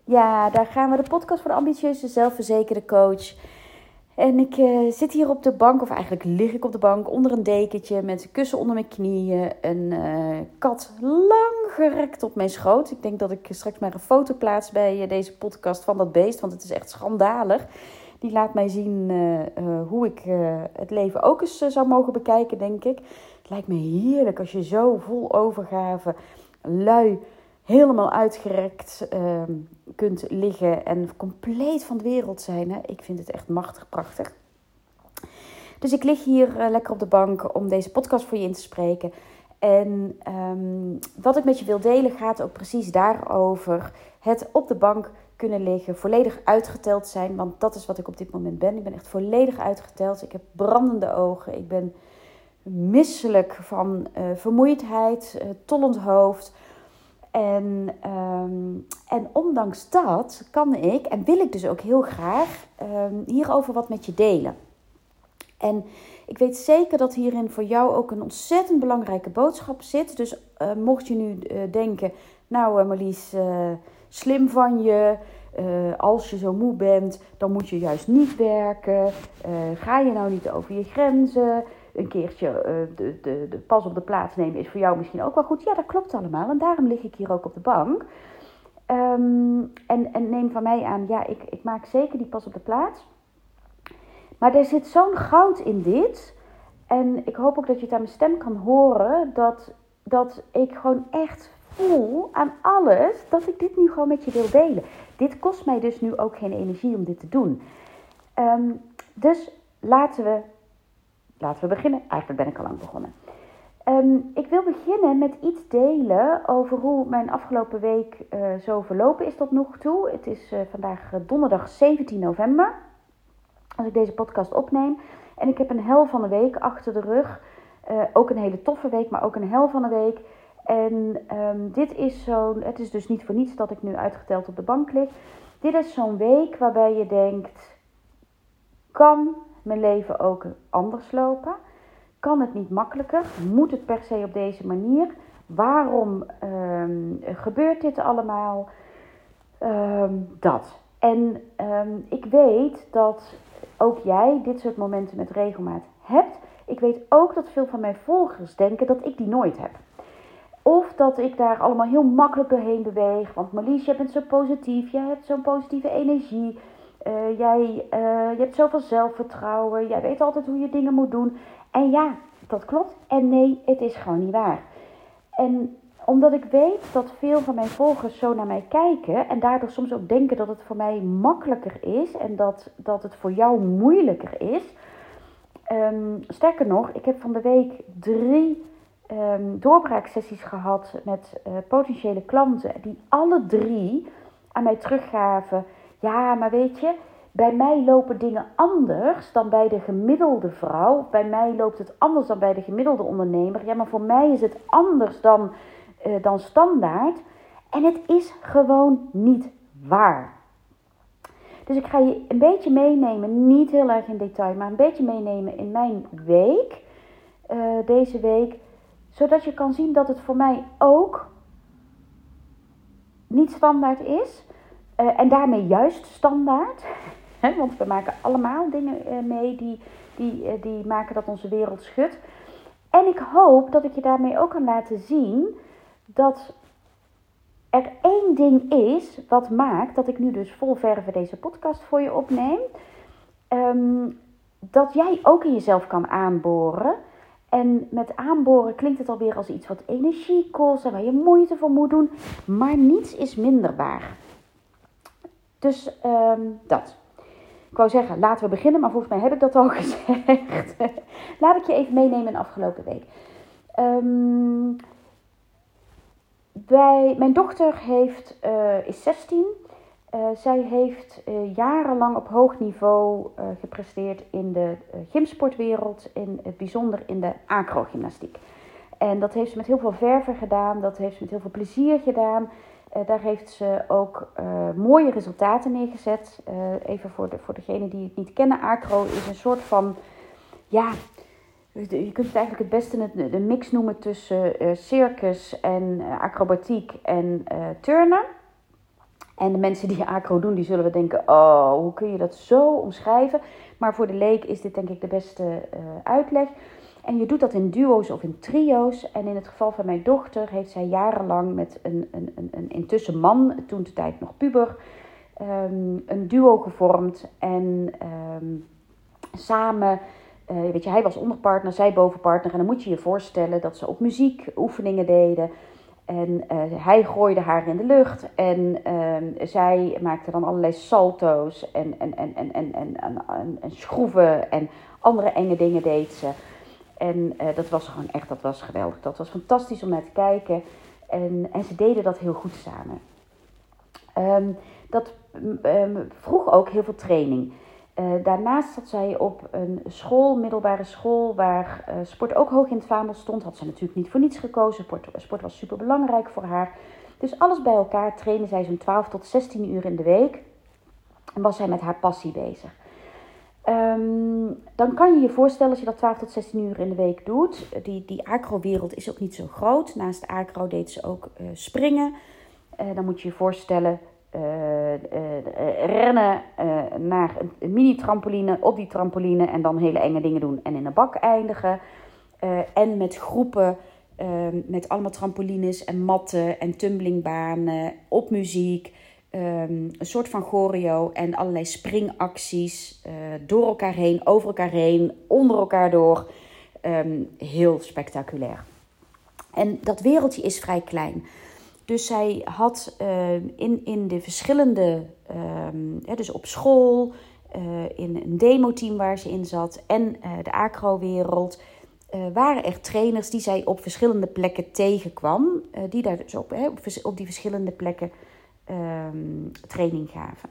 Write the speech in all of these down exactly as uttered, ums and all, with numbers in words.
Ja, daar gaan we, de podcast voor de ambitieuze, zelfverzekerde coach. En ik uh, zit hier op de bank, of eigenlijk lig ik op de bank, onder een dekentje met een kussen onder mijn knieën. Een uh, kat lang gerekt op mijn schoot. Ik denk dat ik straks maar een foto plaats bij uh, deze podcast van dat beest, want het is echt schandalig. Die laat mij zien uh, uh, hoe ik uh, het leven ook eens uh, zou mogen bekijken, denk ik. Het lijkt me heerlijk als je zo vol overgave, lui, helemaal uitgerekt uh, kunt liggen en compleet van de wereld zijn. Hè? Ik vind het echt machtig prachtig. Dus ik lig hier uh, lekker op de bank om deze podcast voor je in te spreken. En um, wat ik met je wil delen gaat ook precies daarover. Het op de bank kunnen liggen, volledig uitgeteld zijn. Want dat is wat ik op dit moment ben. Ik ben echt volledig uitgeteld. Ik heb brandende ogen. Ik ben misselijk van uh, vermoeidheid, uh, tollend hoofd. En, um, en ondanks dat kan ik, en wil ik dus ook heel graag, um, hierover wat met je delen. En ik weet zeker dat hierin voor jou ook een ontzettend belangrijke boodschap zit. Dus uh, mocht je nu uh, denken, nou uh, Marlies, uh, slim van je, uh, als je zo moe bent, dan moet je juist niet werken. Uh, ga je nou niet over je grenzen? Een keertje uh, de, de, de pas op de plaats nemen is voor jou misschien ook wel goed. Ja, dat klopt allemaal. En daarom lig ik hier ook op de bank. Um, en, en neem van mij aan, ja, ik, ik maak zeker die pas op de plaats. Maar er zit zo'n goud in dit. En ik hoop ook dat je het aan mijn stem kan horen. Dat, dat ik gewoon echt voel aan alles dat ik dit nu gewoon met je wil delen. Dit kost mij dus nu ook geen energie om dit te doen. Um, dus laten we... Laten we beginnen. Eigenlijk ben ik al lang begonnen. Um, ik wil beginnen met iets delen over hoe mijn afgelopen week uh, zo verlopen is tot nog toe. Het is uh, vandaag uh, donderdag zeventien november. Als ik deze podcast opneem. En ik heb een hel van een week achter de rug. Uh, ook een hele toffe week, maar ook een hel van een week. En um, dit is zo'n... Het is dus niet voor niets dat ik nu uitgeteld op de bank lig. Dit is zo'n week waarbij je denkt... Kan mijn leven ook anders lopen? Kan het niet makkelijker? Moet het per se op deze manier? Waarom um, gebeurt dit allemaal? Um, dat. En um, ik weet dat ook jij dit soort momenten met regelmaat hebt. Ik weet ook dat veel van mijn volgers denken dat ik die nooit heb. Of dat ik daar allemaal heel makkelijk doorheen beweeg. Want Marlies, jij bent zo positief. Jij hebt zo'n positieve energie. Uh, jij uh, je hebt zoveel zelfvertrouwen. Jij weet altijd hoe je dingen moet doen. En ja, dat klopt. En nee, het is gewoon niet waar. En omdat ik weet dat veel van mijn volgers zo naar mij kijken. En daardoor soms ook denken dat het voor mij makkelijker is. En dat, dat het voor jou moeilijker is. Um, sterker nog, ik heb van de week drie um, doorbraaksessies gehad met uh, potentiële klanten. Die alle drie aan mij teruggaven. Ja, maar weet je, bij mij lopen dingen anders dan bij de gemiddelde vrouw. Bij mij loopt het anders dan bij de gemiddelde ondernemer. Ja, maar voor mij is het anders dan, uh, dan standaard. En het is gewoon niet waar. Dus ik ga je een beetje meenemen, niet heel erg in detail, maar een beetje meenemen in mijn week. Uh, deze week. Zodat je kan zien dat het voor mij ook niet standaard is. Uh, en daarmee juist standaard. He, want we maken allemaal dingen uh, mee die, die, uh, die maken dat onze wereld schudt. En ik hoop dat ik je daarmee ook kan laten zien dat er één ding is wat maakt dat ik nu dus vol verve deze podcast voor je opneem. Um, dat jij ook in jezelf kan aanboren. En met aanboren klinkt het alweer als iets wat energie kost en waar je moeite voor moet doen. Maar niets is minder waar. Dus um, dat. Ik wou zeggen, laten we beginnen, maar volgens mij heb ik dat al gezegd. Laat ik je even meenemen in de afgelopen week. Um, bij, mijn dochter heeft, uh, is zestien. Uh, zij heeft uh, jarenlang op hoog niveau uh, gepresteerd in de uh, gymsportwereld. In het bijzonder in de acrogymnastiek. En dat heeft ze met heel veel verve gedaan. Dat heeft ze met heel veel plezier gedaan. Uh, daar heeft ze ook uh, mooie resultaten neergezet. Uh, even voor, de, voor degenen die het niet kennen. Acro is een soort van, ja, je kunt het eigenlijk het beste een, een mix noemen tussen uh, circus en uh, acrobatiek en uh, turnen. En de mensen die acro doen, die zullen we denken, oh, hoe kun je dat zo omschrijven? Maar voor de leek is dit denk ik de beste uh, uitleg. En je doet dat in duo's of in trio's. En in het geval van mijn dochter heeft zij jarenlang met een, een, een, een intussen man, toen de tijd nog puber, um, een duo gevormd. En um, samen, uh, weet je, hij was onderpartner, zij bovenpartner. En dan moet je je voorstellen dat ze op muziek oefeningen deden. En uh, hij gooide haar in de lucht en uh, zij maakte dan allerlei salto's en, en, en, en, en, en, en, en schroeven en andere enge dingen deed ze. En uh, dat was gewoon echt, dat was geweldig. Dat was fantastisch om naar te kijken. En, en ze deden dat heel goed samen. Um, dat um, vroeg ook heel veel training. Uh, daarnaast zat zij op een school, middelbare school, waar uh, sport ook hoog in het vaandel stond. Had ze natuurlijk niet voor niets gekozen. Sport, sport was super belangrijk voor haar. Dus alles bij elkaar trainde zij zo'n twaalf tot zestien uur in de week. En was zij met haar passie bezig. Um, dan kan je je voorstellen als je dat twaalf tot zestien uur in de week doet. Die, die acro-wereld is ook niet zo groot. Naast acro deed ze ook uh, springen. Uh, dan moet je je voorstellen... Uh, uh, uh, rennen uh, naar een, een mini-trampoline, op die trampoline en dan hele enge dingen doen en in een bak eindigen. Uh, en met groepen, uh, met allemaal trampolines en matten en tumblingbanen, op muziek, um, een soort van choreo en allerlei springacties uh, door elkaar heen, over elkaar heen, onder elkaar door. Um, heel spectaculair. En dat wereldje is vrij klein. Dus zij had uh, in, in de verschillende, um, ja, dus op school, uh, in een demoteam waar ze in zat en uh, de acro-wereld, uh, waren er trainers die zij op verschillende plekken tegenkwam. Uh, die daar dus op, hè, op, op die verschillende plekken um, training gaven.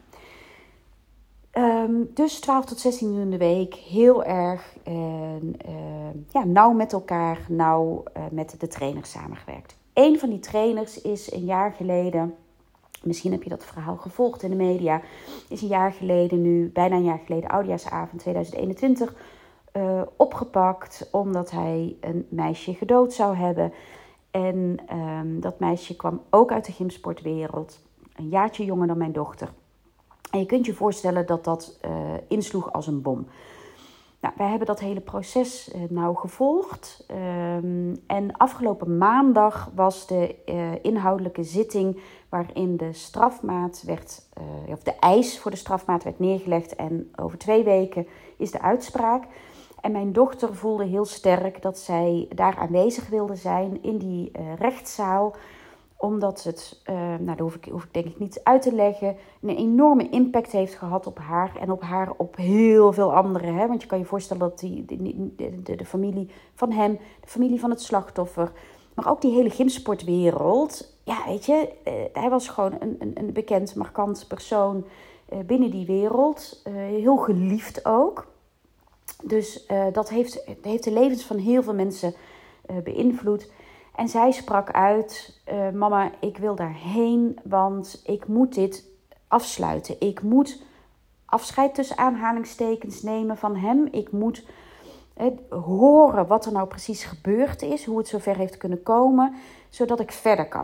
Um, dus twaalf tot zestien uur in de week, heel erg uh, uh, ja, nauw met elkaar, nauw uh, met de trainers samengewerkt. Een van die trainers is een jaar geleden, misschien heb je dat verhaal gevolgd in de media, is een jaar geleden nu, bijna een jaar geleden, oudejaarsavond tweeduizend eenentwintig, uh, opgepakt omdat hij een meisje gedood zou hebben. En um, dat meisje kwam ook uit de gymsportwereld, een jaartje jonger dan mijn dochter. En je kunt je voorstellen dat dat uh, insloeg als een bom. Nou, wij hebben dat hele proces uh, nauw gevolgd. Um, en afgelopen maandag was de uh, inhoudelijke zitting waarin de strafmaat werd, uh, of de eis voor de strafmaat werd neergelegd. En over twee weken is de uitspraak. En mijn dochter voelde heel sterk dat zij daar aanwezig wilde zijn in die uh, rechtszaal. Omdat het, uh, nou dat hoef ik, hoef ik denk ik niet uit te leggen, een enorme impact heeft gehad op haar en op haar op heel veel anderen. Hè? Want je kan je voorstellen dat die, de, de, de, de familie van hem, de familie van het slachtoffer, maar ook die hele gymsportwereld. Ja, weet je, uh, hij was gewoon een, een, een bekend, markant persoon uh, binnen die wereld. Uh, heel geliefd ook. Dus uh, dat heeft, heeft de levens van heel veel mensen uh, beïnvloed. En zij sprak uit, uh, mama, ik wil daarheen, want ik moet dit afsluiten. Ik moet afscheid tussen aanhalingstekens nemen van hem. Ik moet uh, horen wat er nou precies gebeurd is, hoe het zover heeft kunnen komen, zodat ik verder kan.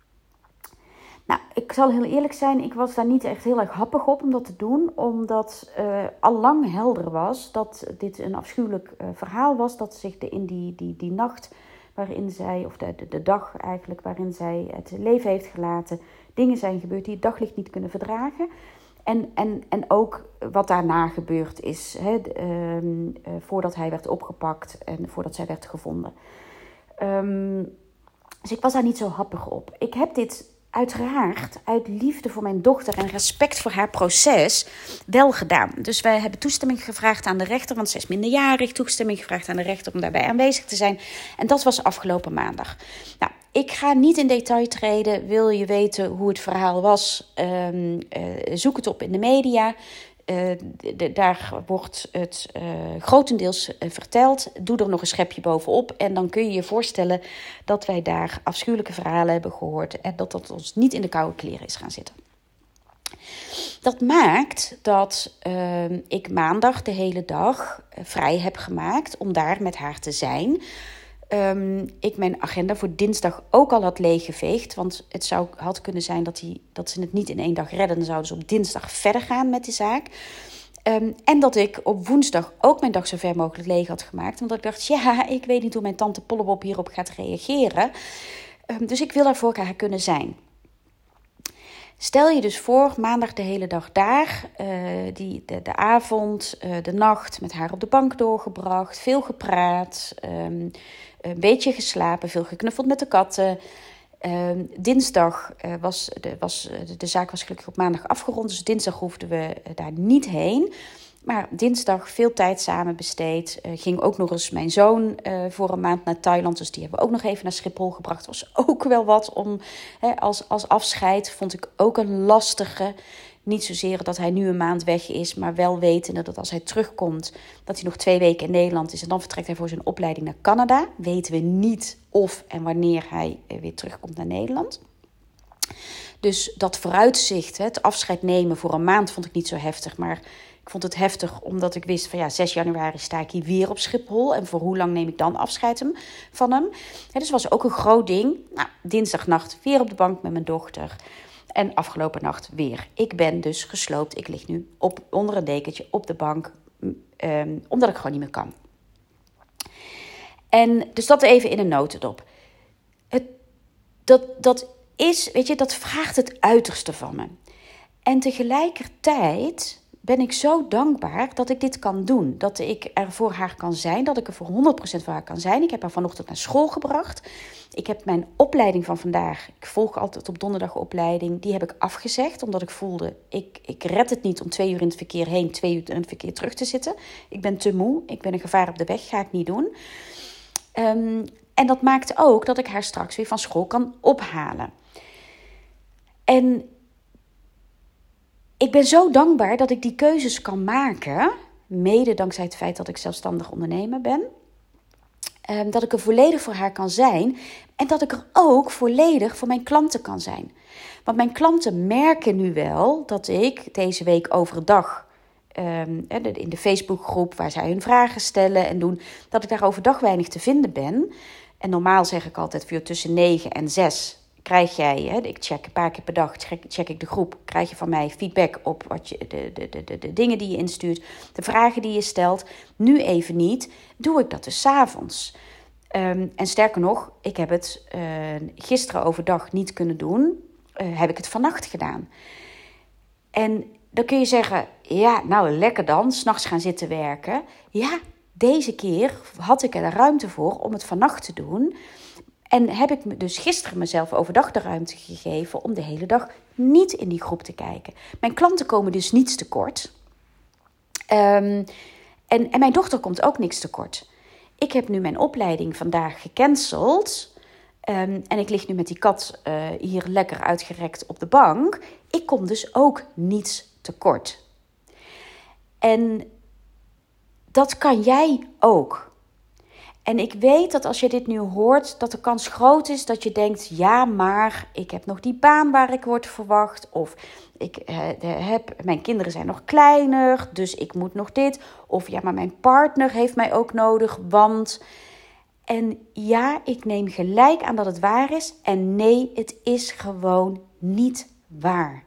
Nou, ik zal heel eerlijk zijn, ik was daar niet echt heel erg happig op om dat te doen, omdat uh, al lang helder was dat dit een afschuwelijk uh, verhaal was, dat zich de, in die, die, die nacht waarin zij, of de, de, de dag eigenlijk, waarin zij het leven heeft gelaten, dingen zijn gebeurd die het daglicht niet kunnen verdragen. En, en, en ook wat daarna gebeurd is, hè, um, uh, voordat hij werd opgepakt en voordat zij werd gevonden. Um, dus ik was daar niet zo happig op. Ik heb dit uiteraard uit liefde voor mijn dochter en respect voor haar proces wel gedaan. Dus wij hebben toestemming gevraagd aan de rechter, want ze is minderjarig, toestemming gevraagd aan de rechter om daarbij aanwezig te zijn. En dat was afgelopen maandag. Nou, ik ga niet in detail treden. Wil je weten hoe het verhaal was? Um, uh, zoek het op in de media. Uh, de, de, daar wordt het uh, grotendeels uh, verteld. Doe er nog een schepje bovenop. En dan kun je je voorstellen dat wij daar afschuwelijke verhalen hebben gehoord. En dat dat ons niet in de koude kleren is gaan zitten. Dat maakt dat uh, ik maandag de hele dag uh, vrij heb gemaakt om daar met haar te zijn. um, ik mijn agenda voor dinsdag ook al had leeggeveegd. Want het zou, had kunnen zijn dat, die, dat ze het niet in één dag redden. Dan zouden ze op dinsdag verder gaan met de zaak. Um, en dat ik op woensdag ook mijn dag zo ver mogelijk leeg had gemaakt. Omdat ik dacht, ja, ik weet niet hoe mijn tante Pollebob hierop gaat reageren. Um, dus ik wil er voor haar kunnen zijn. Stel je dus voor, maandag de hele dag daar, uh, die, de, de avond, uh, de nacht met haar op de bank doorgebracht, veel gepraat, um, een beetje geslapen, veel geknuffeld met de katten. Uh, dinsdag uh, was, de, was de, de zaak was gelukkig op maandag afgerond, dus dinsdag hoefden we uh, daar niet heen. Maar dinsdag veel tijd samen besteed. Uh, ging ook nog eens mijn zoon uh, voor een maand naar Thailand. Dus die hebben we ook nog even naar Schiphol gebracht. Was ook wel wat om, hè, als, als afscheid vond ik ook een lastige. Niet zozeer dat hij nu een maand weg is, maar wel wetende dat als hij terugkomt, dat hij nog twee weken in Nederland is. En dan vertrekt hij voor zijn opleiding naar Canada. Weten we niet of en wanneer hij uh, weer terugkomt naar Nederland. Dus dat vooruitzicht, hè, het afscheid nemen voor een maand vond ik niet zo heftig, maar ik vond het heftig omdat ik wist van ja, zes januari sta ik hier weer op Schiphol. En voor hoe lang neem ik dan afscheid hem, van hem? Ja, dus was ook een groot ding. Nou, dinsdagnacht weer op de bank met mijn dochter. En afgelopen nacht weer. Ik ben dus gesloopt. Ik lig nu op, onder een dekentje op de bank. Um, omdat ik gewoon niet meer kan. En dus dat even in een notendop. Het, dat, dat is, weet je, dat vraagt het uiterste van me. En tegelijkertijd ben ik zo dankbaar dat ik dit kan doen. Dat ik er voor haar kan zijn. Dat ik er voor honderd procent voor haar kan zijn. Ik heb haar vanochtend naar school gebracht. Ik heb mijn opleiding van vandaag. Ik volg altijd op donderdag opleiding. Die heb ik afgezegd. Omdat ik voelde, ik, ik red het niet om twee uur in het verkeer heen. Twee uur in het verkeer terug te zitten. Ik ben te moe. Ik ben een gevaar op de weg. Ga ik niet doen. Um, en dat maakt ook dat ik haar straks weer van school kan ophalen. En ik ben zo dankbaar dat ik die keuzes kan maken, mede dankzij het feit dat ik zelfstandig ondernemer ben. Um, dat ik er volledig voor haar kan zijn en dat ik er ook volledig voor mijn klanten kan zijn. Want mijn klanten merken nu wel dat ik deze week overdag um, in de Facebookgroep waar zij hun vragen stellen en doen, dat ik daar overdag weinig te vinden ben. En normaal zeg ik altijd voor tussen negen en zes krijg jij, hè, ik check een paar keer per dag, check, check ik de groep, krijg je van mij feedback op wat je, de, de, de, de, de dingen die je instuurt, de vragen die je stelt. Nu even niet, doe ik dat dus 's avonds. Um, en sterker nog, ik heb het uh, gisteren overdag niet kunnen doen, uh, heb ik het vannacht gedaan. En dan kun je zeggen, ja, nou lekker dan, 's nachts gaan zitten werken. Ja, deze keer had ik er de ruimte voor om het vannacht te doen. En heb ik me dus gisteren mezelf overdag de ruimte gegeven om de hele dag niet in die groep te kijken. Mijn klanten komen dus niets tekort. Um, en, en mijn dochter komt ook niks tekort. Ik heb nu mijn opleiding vandaag gecanceld. Um, en ik lig nu met die kat uh, hier lekker uitgerekt op de bank. Ik kom dus ook niets tekort. En dat kan jij ook. En ik weet dat als je dit nu hoort, dat de kans groot is dat je denkt, ja, maar ik heb nog die baan waar ik word verwacht. Of ik uh, heb, mijn kinderen zijn nog kleiner, dus ik moet nog dit. Of ja, maar mijn partner heeft mij ook nodig, want. En ja, ik neem gelijk aan dat het waar is. En nee, het is gewoon niet waar.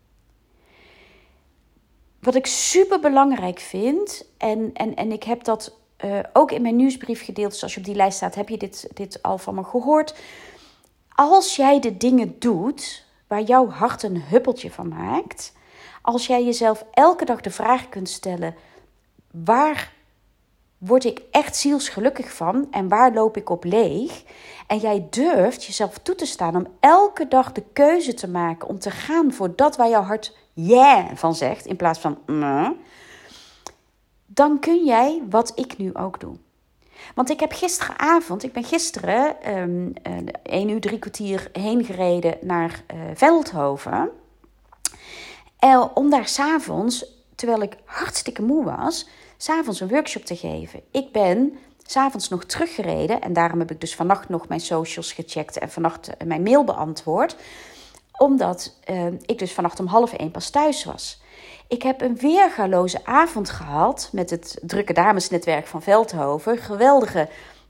Wat ik super belangrijk vind, en, en, en ik heb dat Uh, ook in mijn nieuwsbrief gedeeld, dus als je op die lijst staat, heb je dit, dit al van me gehoord. Als jij de dingen doet waar jouw hart een huppeltje van maakt, als jij jezelf elke dag de vraag kunt stellen, waar word ik echt zielsgelukkig van en waar loop ik op leeg? En jij durft jezelf toe te staan om elke dag de keuze te maken om te gaan voor dat waar jouw hart yeah van zegt, in plaats van mm, dan kun jij wat ik nu ook doe. Want ik heb gisteravond, ik ben gisteren um, één uur, drie kwartier heen gereden naar uh, Veldhoven. En om daar 's avonds, terwijl ik hartstikke moe was, 's avonds een workshop te geven. Ik ben 's avonds nog teruggereden en daarom heb ik dus vannacht nog mijn socials gecheckt en vannacht mijn mail beantwoord. Omdat uh, ik dus vannacht om half één pas thuis was. Ik heb een weergaloze avond gehad met het drukke damesnetwerk van Veldhoven. Geweldige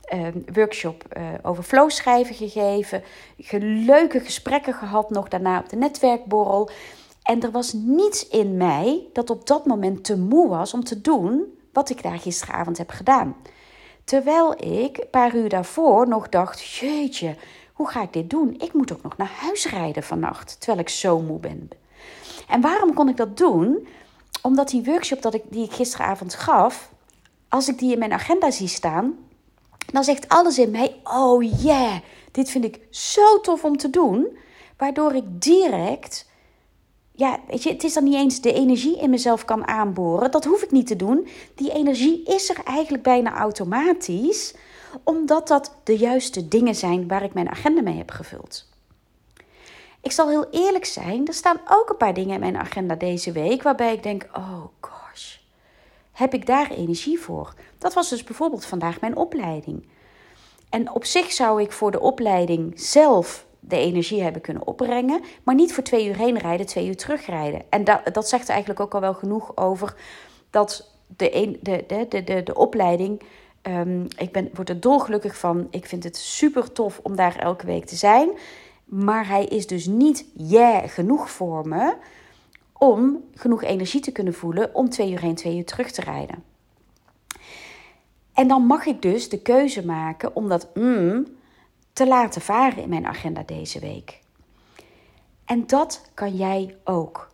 uh, workshop uh, over flow schrijven gegeven. Leuke gesprekken gehad nog daarna op de netwerkborrel. En er was niets in mij dat op dat moment te moe was om te doen wat ik daar gisteravond heb gedaan. Terwijl ik een paar uur daarvoor nog dacht, jeetje, hoe ga ik dit doen? Ik moet ook nog naar huis rijden vannacht, terwijl ik zo moe ben. En waarom kon ik dat doen? Omdat die workshop dat ik, die ik gisteravond gaf, als ik die in mijn agenda zie staan, dan zegt alles in mij, oh yeah, dit vind ik zo tof om te doen. Waardoor ik direct, ja, weet je, het is dan niet eens de energie in mezelf kan aanboren. Dat hoef ik niet te doen. Die energie is er eigenlijk bijna automatisch, omdat dat de juiste dingen zijn waar ik mijn agenda mee heb gevuld. Ik zal heel eerlijk zijn, er staan ook een paar dingen in mijn agenda deze week waarbij ik denk, oh gosh, heb ik daar energie voor? Dat was dus bijvoorbeeld vandaag mijn opleiding. En op zich zou ik voor de opleiding zelf de energie hebben kunnen opbrengen, maar niet voor twee uur heen rijden, twee uur terugrijden. En dat, dat zegt eigenlijk ook al wel genoeg over dat de, een, de, de, de, de, de opleiding, um, ik ben, word er dolgelukkig van. Ik vind het super tof om daar elke week te zijn. Maar hij is dus niet yeah genoeg voor me om genoeg energie te kunnen voelen om twee uur heen, twee uur terug te rijden. En dan mag ik dus de keuze maken om dat mm, te laten varen in mijn agenda deze week. En dat kan jij ook.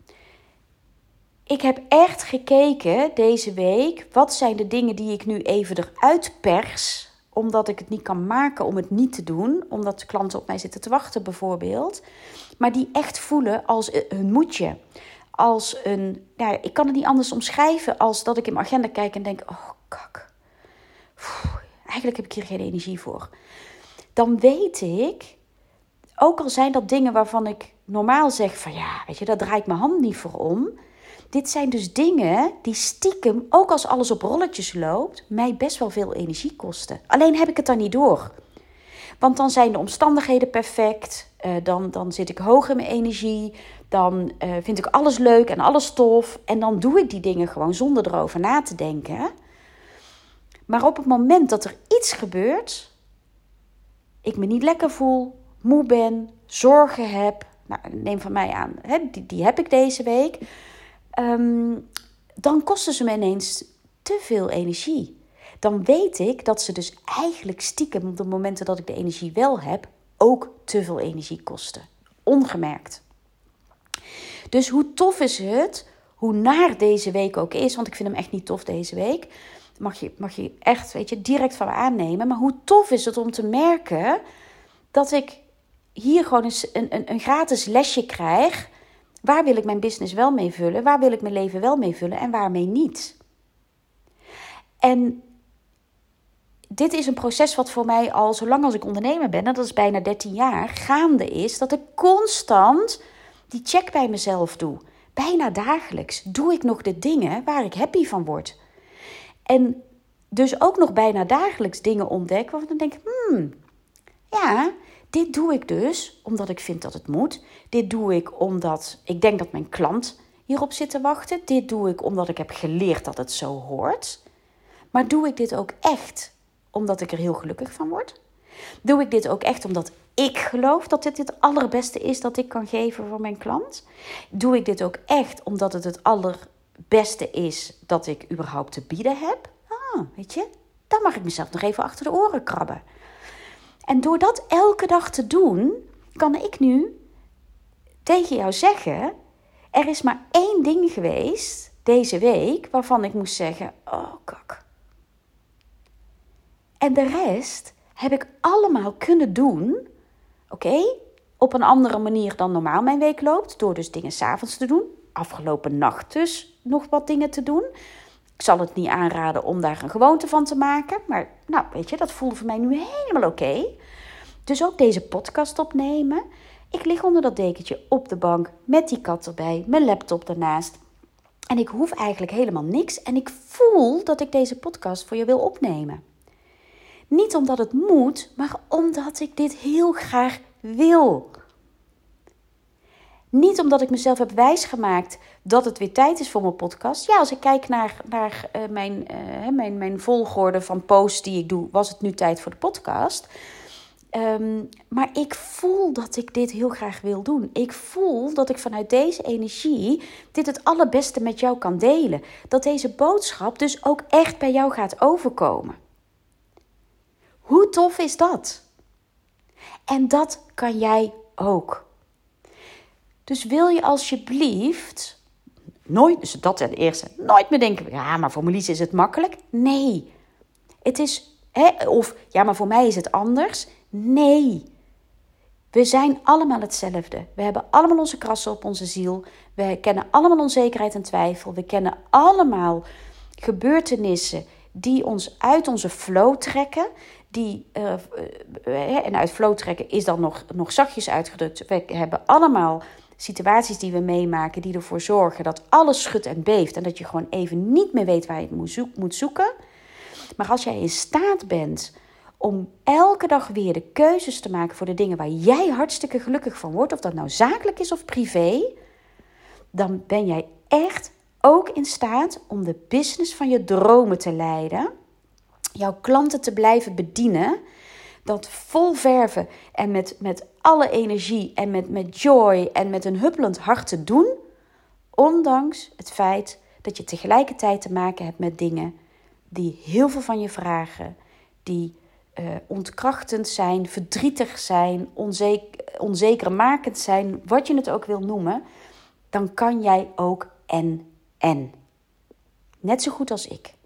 Ik heb echt gekeken deze week, wat zijn de dingen die ik nu even eruit pers, omdat ik het niet kan maken om het niet te doen, omdat de klanten op mij zitten te wachten bijvoorbeeld, maar die echt voelen als een moedje. Als een, nou, ik kan het niet anders omschrijven als dat ik in mijn agenda kijk en denk, oh kak, Oef, eigenlijk heb ik hier geen energie voor. Dan weet ik, ook al zijn dat dingen waarvan ik normaal zeg van ja, weet je, daar draai ik mijn hand niet voor om. Dit zijn dus dingen die stiekem, ook als alles op rolletjes loopt, mij best wel veel energie kosten. Alleen heb ik het dan niet door. Want dan zijn de omstandigheden perfect, uh, dan, dan zit ik hoog in mijn energie, dan uh, vind ik alles leuk en alles tof. En dan doe ik die dingen gewoon zonder erover na te denken. Maar op het moment dat er iets gebeurt, ik me niet lekker voel, moe ben, zorgen heb, nou, neem van mij aan, hè, die, die heb ik deze week, um, dan kosten ze me ineens te veel energie. Dan weet ik dat ze dus eigenlijk stiekem op de momenten dat ik de energie wel heb, ook te veel energie kosten. Ongemerkt. Dus hoe tof is het, hoe naar deze week ook is, want ik vind hem echt niet tof deze week, mag je, mag je echt, weet je, direct van me aannemen. Maar hoe tof is het om te merken dat ik hier gewoon eens een, een, een gratis lesje krijg. Waar wil ik mijn business wel mee vullen? Waar wil ik mijn leven wel mee vullen? En waarmee niet? En dit is een proces wat voor mij al zolang als ik ondernemer ben, en dat is bijna dertien jaar, gaande is. Dat ik constant die check bij mezelf doe. Bijna dagelijks doe ik nog de dingen waar ik happy van word. En dus ook nog bijna dagelijks dingen ontdek waarvan ik denk, hmm, ja, dit doe ik dus omdat ik vind dat het moet. Dit doe ik omdat ik denk dat mijn klant hierop zit te wachten. Dit doe ik omdat ik heb geleerd dat het zo hoort. Maar doe ik dit ook echt omdat ik er heel gelukkig van word? Doe ik dit ook echt omdat ik geloof dat dit het allerbeste is dat ik kan geven voor mijn klant? Doe ik dit ook echt omdat het het allerbeste is dat ik überhaupt te bieden heb? Ah, weet je, dan mag ik mezelf nog even achter de oren krabben. En door dat elke dag te doen, kan ik nu tegen jou zeggen, er is maar één ding geweest deze week waarvan ik moest zeggen, oh kak. En de rest heb ik allemaal kunnen doen, oké, okay, op een andere manier dan normaal mijn week loopt, door dus dingen 's avonds te doen. Afgelopen nacht dus nog wat dingen te doen. Ik zal het niet aanraden om daar een gewoonte van te maken, maar nou, weet je, dat voelde voor mij nu helemaal oké. Okay. Dus ook deze podcast opnemen. Ik lig onder dat dekentje op de bank met die kat erbij, mijn laptop ernaast. En ik hoef eigenlijk helemaal niks. En ik voel dat ik deze podcast voor je wil opnemen. Niet omdat het moet, maar omdat ik dit heel graag wil. Niet omdat ik mezelf heb wijsgemaakt dat het weer tijd is voor mijn podcast. Ja, als ik kijk naar, naar uh, mijn, uh, mijn, mijn volgorde van posts die ik doe, was het nu tijd voor de podcast. Um, maar ik voel dat ik dit heel graag wil doen. Ik voel dat ik vanuit deze energie dit het allerbeste met jou kan delen. Dat deze boodschap dus ook echt bij jou gaat overkomen. Hoe tof is dat? En dat kan jij ook. Dus wil je alsjeblieft nooit, dus dat ten eerste, nooit meer denken, ja, maar voor Marlies is het makkelijk. Nee, het is, hè, of ja, maar voor mij is het anders. Nee, we zijn allemaal hetzelfde. We hebben allemaal onze krassen op onze ziel. We kennen allemaal onzekerheid en twijfel. We kennen allemaal gebeurtenissen die ons uit onze flow trekken. Die, uh, uh, en uit flow trekken is dan nog, nog zachtjes uitgedrukt. We hebben allemaal situaties die we meemaken die ervoor zorgen dat alles schudt en beeft. En dat je gewoon even niet meer weet waar je het moet zoeken. Maar als jij in staat bent om elke dag weer de keuzes te maken voor de dingen waar jij hartstikke gelukkig van wordt, of dat nou zakelijk is of privé, dan ben jij echt ook in staat om de business van je dromen te leiden, jouw klanten te blijven bedienen, dat vol verven en met, met alle energie en met, met joy en met een huppelend hart te doen, ondanks het feit dat je tegelijkertijd te maken hebt met dingen die heel veel van je vragen, die uh, ontkrachtend zijn, verdrietig zijn, onzeker, onzekermakend zijn, wat je het ook wil noemen, dan kan jij ook en en. Net zo goed als ik.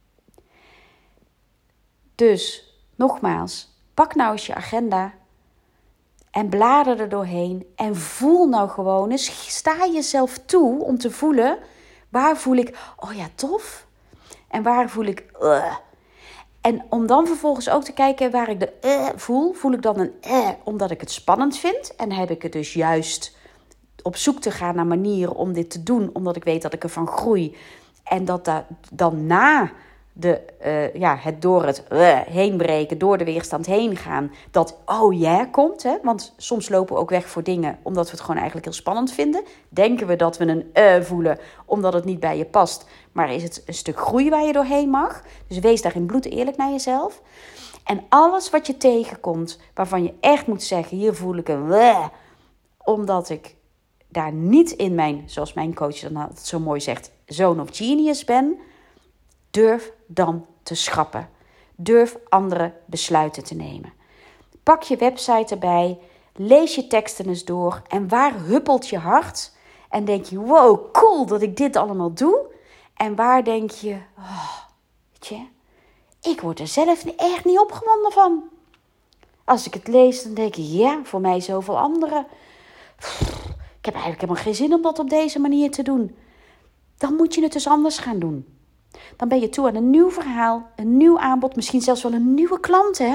Dus, nogmaals, pak nou eens je agenda en blader er doorheen en voel nou gewoon eens, sta jezelf toe om te voelen, waar voel ik, oh ja, tof, en waar voel ik, uh. En om dan vervolgens ook te kijken waar ik de uh voel, voel ik dan een uh omdat ik het spannend vind en heb ik het dus juist op zoek te gaan naar manieren om dit te doen, omdat ik weet dat ik ervan groei en dat dat dan na de, uh, ja, het door het uh, heen breken, door de weerstand heen gaan, dat oh ja yeah komt. Hè? Want soms lopen we ook weg voor dingen omdat we het gewoon eigenlijk heel spannend vinden. Denken we dat we een uh voelen omdat het niet bij je past. Maar is het een stuk groei waar je doorheen mag. Dus wees daarin bloed eerlijk naar jezelf. En alles wat je tegenkomt, waarvan je echt moet zeggen, hier voel ik een uh, omdat ik daar niet in mijn, zoals mijn coach dan altijd zo mooi zegt, zone of genius ben, durf dan te schrappen. Durf andere besluiten te nemen. Pak je website erbij, lees je teksten eens door en waar huppelt je hart? En denk je, wow, cool dat ik dit allemaal doe. En waar denk je, oh, weet je, ik word er zelf echt niet opgewonden van. Als ik het lees, dan denk ik, ja, voor mij zoveel anderen. Ik heb eigenlijk helemaal geen zin om dat op deze manier te doen. Dan moet je het dus anders gaan doen. Dan ben je toe aan een nieuw verhaal, een nieuw aanbod, misschien zelfs wel een nieuwe klant, hè?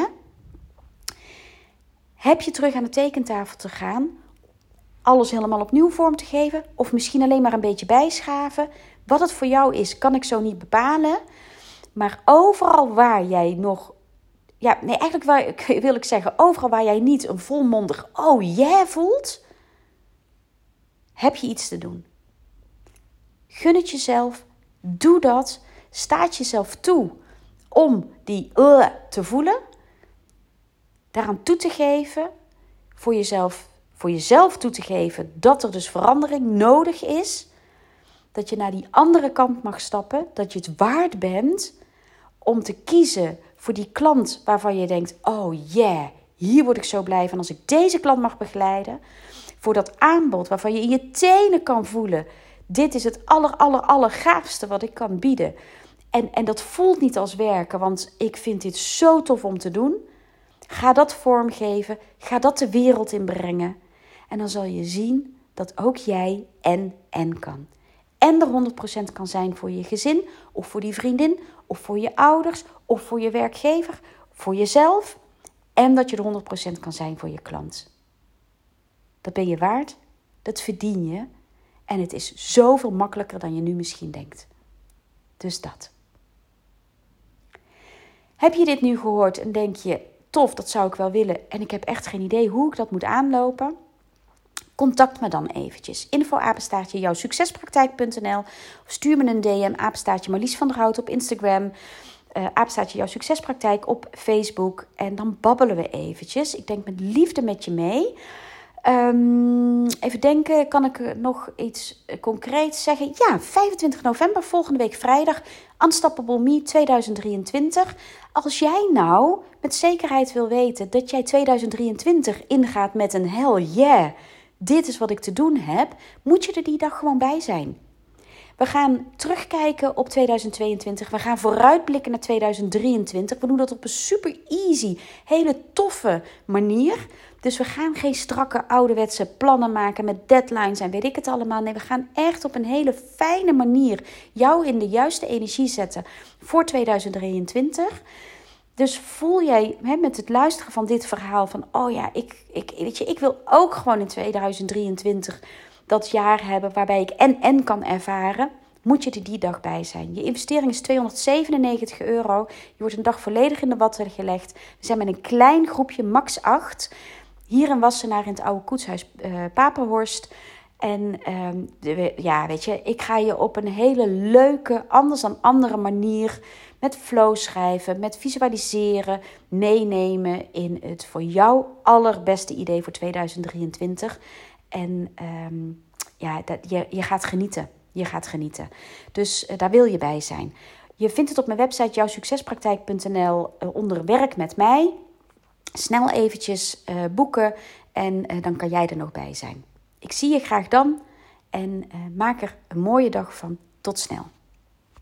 Heb je terug aan de tekentafel te gaan, alles helemaal opnieuw vorm te geven, of misschien alleen maar een beetje bijschaven. Wat het voor jou is, kan ik zo niet bepalen. Maar overal waar jij nog, ja, nee, eigenlijk waar, wil ik zeggen, overal waar jij niet een volmondig oh yeah voelt, heb je iets te doen. Gun het jezelf, doe dat, staat jezelf toe om die uh te voelen, daaraan toe te geven, voor jezelf, voor jezelf toe te geven dat er dus verandering nodig is, dat je naar die andere kant mag stappen, dat je het waard bent om te kiezen voor die klant waarvan je denkt, oh yeah, hier word ik zo blij van als ik deze klant mag begeleiden, voor dat aanbod waarvan je in je tenen kan voelen, dit is het aller, aller, aller gaafste wat ik kan bieden. En, en dat voelt niet als werken, want ik vind dit zo tof om te doen. Ga dat vormgeven, ga dat de wereld inbrengen. En dan zal je zien dat ook jij en en kan. En er honderd procent kan zijn voor je gezin, of voor die vriendin, of voor je ouders, of voor je werkgever, voor jezelf. En dat je er honderd procent kan zijn voor je klant. Dat ben je waard, dat verdien je. En het is zoveel makkelijker dan je nu misschien denkt. Dus dat. Heb je dit nu gehoord en denk je, tof, dat zou ik wel willen. En ik heb echt geen idee hoe ik dat moet aanlopen. Contact me dan eventjes. Info apenstaartje jouw succespraktijk punt n l of stuur me een D M apenstaartje Marlies van der Hout op Instagram. Uh, apenstaartje jouw succespraktijk op Facebook. En dan babbelen we eventjes. Ik denk met liefde met je mee. Um, even denken, kan ik nog iets concreets zeggen? Ja, vijfentwintig november, volgende week vrijdag, Unstoppable Me tweeduizend drieëntwintig. Als jij nou met zekerheid wil weten dat jij tweeduizend drieëntwintig ingaat met een hell yeah, dit is wat ik te doen heb, moet je er die dag gewoon bij zijn. We gaan terugkijken op tweeduizend tweeëntwintig. We gaan vooruitblikken naar tweeduizend drieëntwintig. We doen dat op een super easy, hele toffe manier. Dus we gaan geen strakke ouderwetse plannen maken met deadlines en weet ik het allemaal. Nee, we gaan echt op een hele fijne manier jou in de juiste energie zetten voor tweeduizend drieëntwintig. Dus voel jij hè, met het luisteren van dit verhaal van, oh ja, ik, ik, weet je, ik wil ook gewoon in tweeduizend drieëntwintig dat jaar hebben waarbij ik en en kan ervaren, moet je er die dag bij zijn. Je investering is tweehonderdzevenennegentig euro. Je wordt een dag volledig in de watten gelegd. We zijn met een klein groepje, max acht, hier in Wassenaar in het oude koetshuis uh, Papenhorst. En uh, de, ja, weet je, ik ga je op een hele leuke, anders dan andere manier, met flow schrijven, met visualiseren, meenemen in het voor jou allerbeste idee voor tweeduizend drieëntwintig. En um, ja, dat, je, je gaat genieten. Je gaat genieten. Dus uh, daar wil je bij zijn. Je vindt het op mijn website jouw succespraktijk punt n l uh, onder werk met mij. Snel eventjes uh, boeken en uh, dan kan jij er nog bij zijn. Ik zie je graag dan en uh, maak er een mooie dag van. Tot snel.